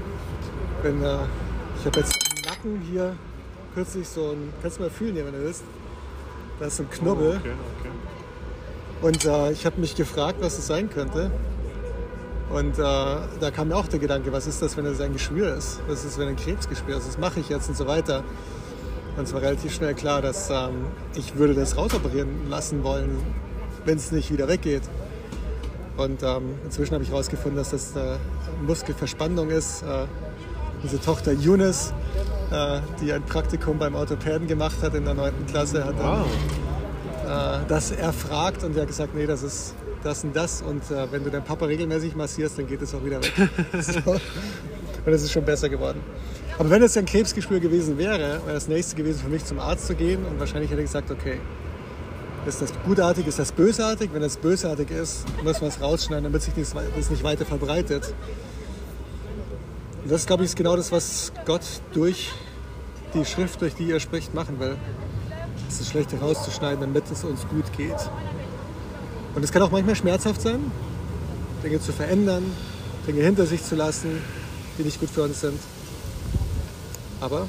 Speaker 1: Ich habe jetzt im Nacken hier kürzlich so ein, kannst du mal fühlen hier, wenn du willst. Da ist so ein Knubbel.
Speaker 2: Okay.
Speaker 1: Und ich habe mich gefragt, was das sein könnte. Und da kam mir auch der Gedanke, was ist das, wenn das ein Geschwür ist? Was ist, wenn ein Krebsgeschwür ist? Was mache ich jetzt und so weiter? Und es war relativ schnell klar, dass ich würde das rausoperieren lassen wollen, wenn es nicht wieder weggeht. Und inzwischen habe ich herausgefunden, dass das eine Muskelverspannung ist. Unsere Tochter Younes, die ein Praktikum beim Orthopäden gemacht hat in der 9. Klasse, hat dann das erfragt und er hat gesagt, nee, das ist das und das. Und wenn du deinen Papa regelmäßig massierst, dann geht es auch wieder weg. So. Und es ist schon besser geworden. Aber wenn es ein Krebsgeschwür gewesen wäre, wäre das nächste gewesen für mich zum Arzt zu gehen und wahrscheinlich hätte ich gesagt, okay, ist das gutartig, ist das bösartig? Wenn das bösartig ist, müssen wir es rausschneiden, damit sich das nicht weiter verbreitet. Und das, glaube ich, ist genau das, was Gott durch die Schrift, durch die er spricht, machen will. Das Schlechte rauszuschneiden, damit es uns gut geht. Und es kann auch manchmal schmerzhaft sein, Dinge zu verändern, Dinge hinter sich zu lassen, die nicht gut für uns sind. Aber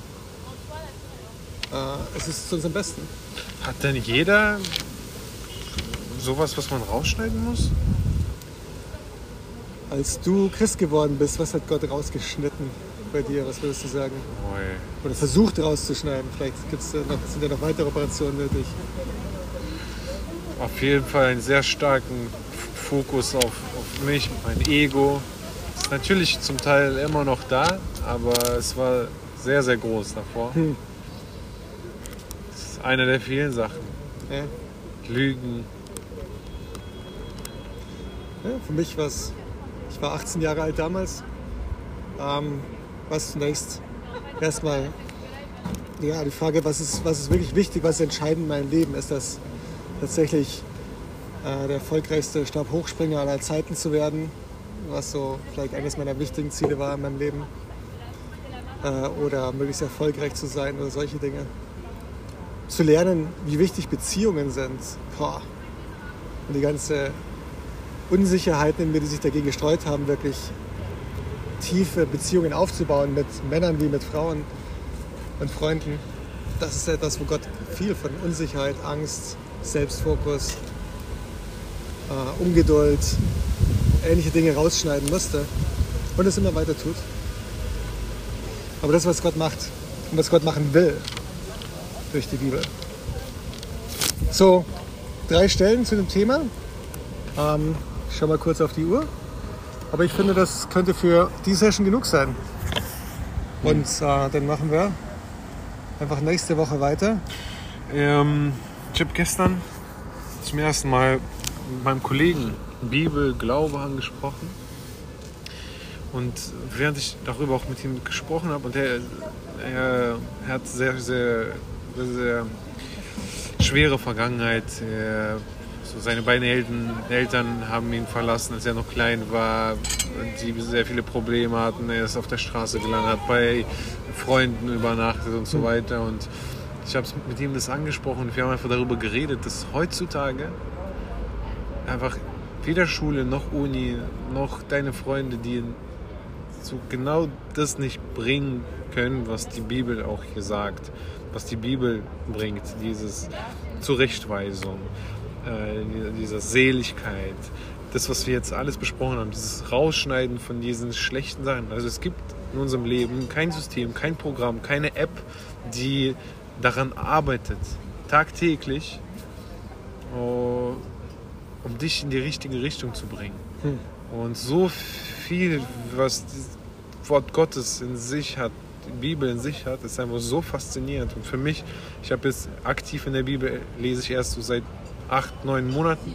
Speaker 1: es ist zu unserem Besten.
Speaker 2: Hat denn jeder sowas, was man rausschneiden muss?
Speaker 1: Als du Christ geworden bist, was hat Gott rausgeschnitten bei dir? Was würdest du sagen?
Speaker 2: Ui.
Speaker 1: Oder versucht rauszuschneiden? Vielleicht sind ja noch weitere Operationen nötig.
Speaker 2: Auf jeden Fall einen sehr starken Fokus auf mich, mein Ego. Ist natürlich zum Teil immer noch da, aber es war sehr, sehr groß davor. Das ist eine der vielen Sachen.
Speaker 1: Ja.
Speaker 2: Lügen.
Speaker 1: Ja, für mich war es, ich war 18 Jahre alt damals. Was zunächst erstmal ja, die Frage, was ist wirklich wichtig, was ist entscheidend in meinem Leben? Ist das tatsächlich der erfolgreichste Stabhochspringer aller Zeiten zu werden, was so vielleicht eines meiner wichtigen Ziele war in meinem Leben? Oder möglichst erfolgreich zu sein oder solche Dinge. Zu lernen, wie wichtig Beziehungen sind. Boah. Und die ganze Unsicherheiten in mir, die sich dagegen gestreut haben, wirklich tiefe Beziehungen aufzubauen mit Männern wie mit Frauen und Freunden. Das ist etwas, wo Gott viel von Unsicherheit, Angst, Selbstfokus, Ungeduld, ähnliche Dinge rausschneiden musste und es immer weiter tut. Aber das, was Gott macht und was Gott machen will durch die Bibel. So, 3 Stellen zu dem Thema. Ich schau mal kurz auf die Uhr. Aber ich finde, das könnte für die Session genug sein. Und dann machen wir einfach nächste Woche weiter.
Speaker 2: Ich habe gestern zum ersten Mal mit meinem Kollegen Bibel, Glaube angesprochen. Und während ich darüber auch mit ihm gesprochen habe, und er hat sehr, sehr, sehr schwere Vergangenheit. Seine beiden Eltern haben ihn verlassen, als er noch klein war, die sehr viele Probleme hatten. Er ist auf der Straße gelandet, hat bei Freunden übernachtet und so weiter. Und ich habe mit ihm das angesprochen und wir haben einfach darüber geredet, dass heutzutage einfach weder Schule noch Uni noch deine Freunde, die so genau das nicht bringen können, was die Bibel auch hier sagt, was die Bibel bringt, dieses Zurechtweisung, diese Seligkeit, das, was wir jetzt alles besprochen haben, dieses Rausschneiden von diesen schlechten Sachen. Also es gibt in unserem Leben kein System, kein Programm, keine App, die daran arbeitet, tagtäglich, um dich in die richtige Richtung zu bringen. Und so viel, was das Wort Gottes in sich hat, die Bibel in sich hat, ist einfach so faszinierend. Und für mich, ich habe jetzt aktiv in der Bibel, lese ich erst so seit 8, 9 Monaten.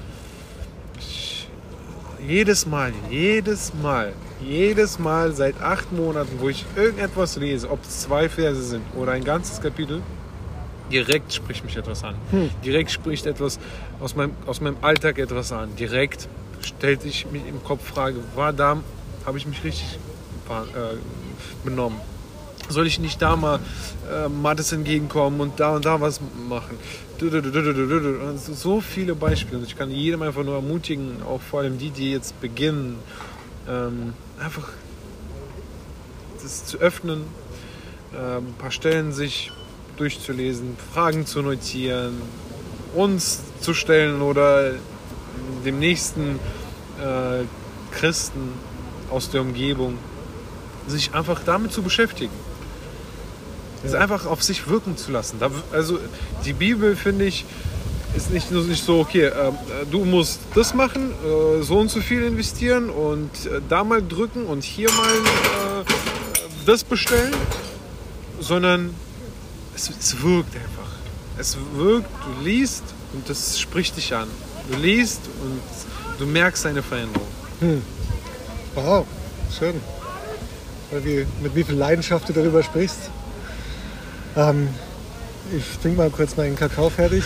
Speaker 2: Jedes Mal seit 8 Monaten, wo ich irgendetwas lese, ob es 2 Verse sind oder ein ganzes Kapitel, direkt spricht mich etwas an. Direkt spricht etwas aus meinem Alltag etwas an. Direkt stellte ich mich im Kopf Frage, habe ich mich richtig benommen? Soll ich nicht da mal Mattes entgegenkommen und da was machen? So viele Beispiele. Und ich kann jedem einfach nur ermutigen, auch vor allem die jetzt beginnen, einfach das zu öffnen, ein paar Stellen sich durchzulesen, Fragen zu notieren, uns zu stellen oder dem nächsten Christen aus der Umgebung, sich einfach damit zu beschäftigen. Es einfach auf sich wirken zu lassen. Also die Bibel, finde ich, ist nicht so, okay, du musst das machen, so und so viel investieren und da mal drücken und hier mal das bestellen, sondern es wirkt einfach. Es wirkt, du liest und das spricht dich an. Du liest und du merkst eine Veränderung.
Speaker 1: Wow, schön. Mit wie viel Leidenschaft du darüber sprichst. Ich trinke mal kurz meinen Kakao fertig.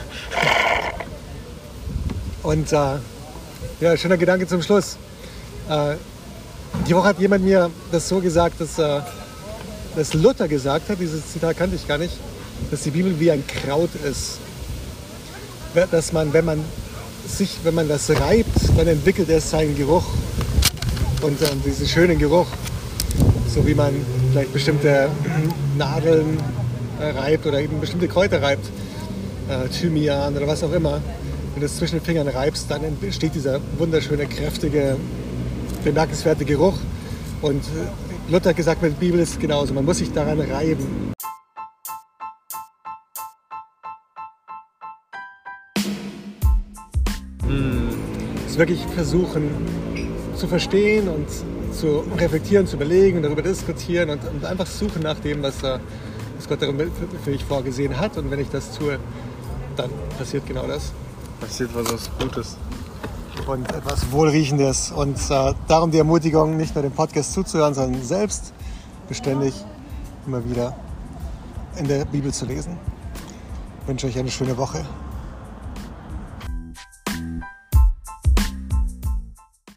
Speaker 1: Und ja, schöner Gedanke zum Schluss. Die Woche hat jemand mir das so gesagt, dass Luther gesagt hat, dieses Zitat kannte ich gar nicht, dass die Bibel wie ein Kraut ist. Dass man, wenn man das reibt, dann entwickelt es seinen Geruch. Und diesen schönen Geruch, so wie man vielleicht bestimmte Nadeln reibt oder eben bestimmte Kräuter reibt, Thymian oder was auch immer. Wenn du es zwischen den Fingern reibst, dann entsteht dieser wunderschöne, kräftige bemerkenswerte Geruch. Und Luther hat gesagt, mit der Bibel ist es genauso. Man muss sich daran reiben. Wirklich versuchen zu verstehen und zu reflektieren, zu überlegen, darüber diskutieren und einfach suchen nach dem, was Gott darin für mich vorgesehen hat. Und wenn ich das tue, dann passiert genau das.
Speaker 2: Passiert was Gutes.
Speaker 1: Und etwas Wohlriechendes. Und darum die Ermutigung, nicht nur dem Podcast zuzuhören, sondern selbst beständig immer wieder in der Bibel zu lesen. Ich wünsche euch eine schöne Woche.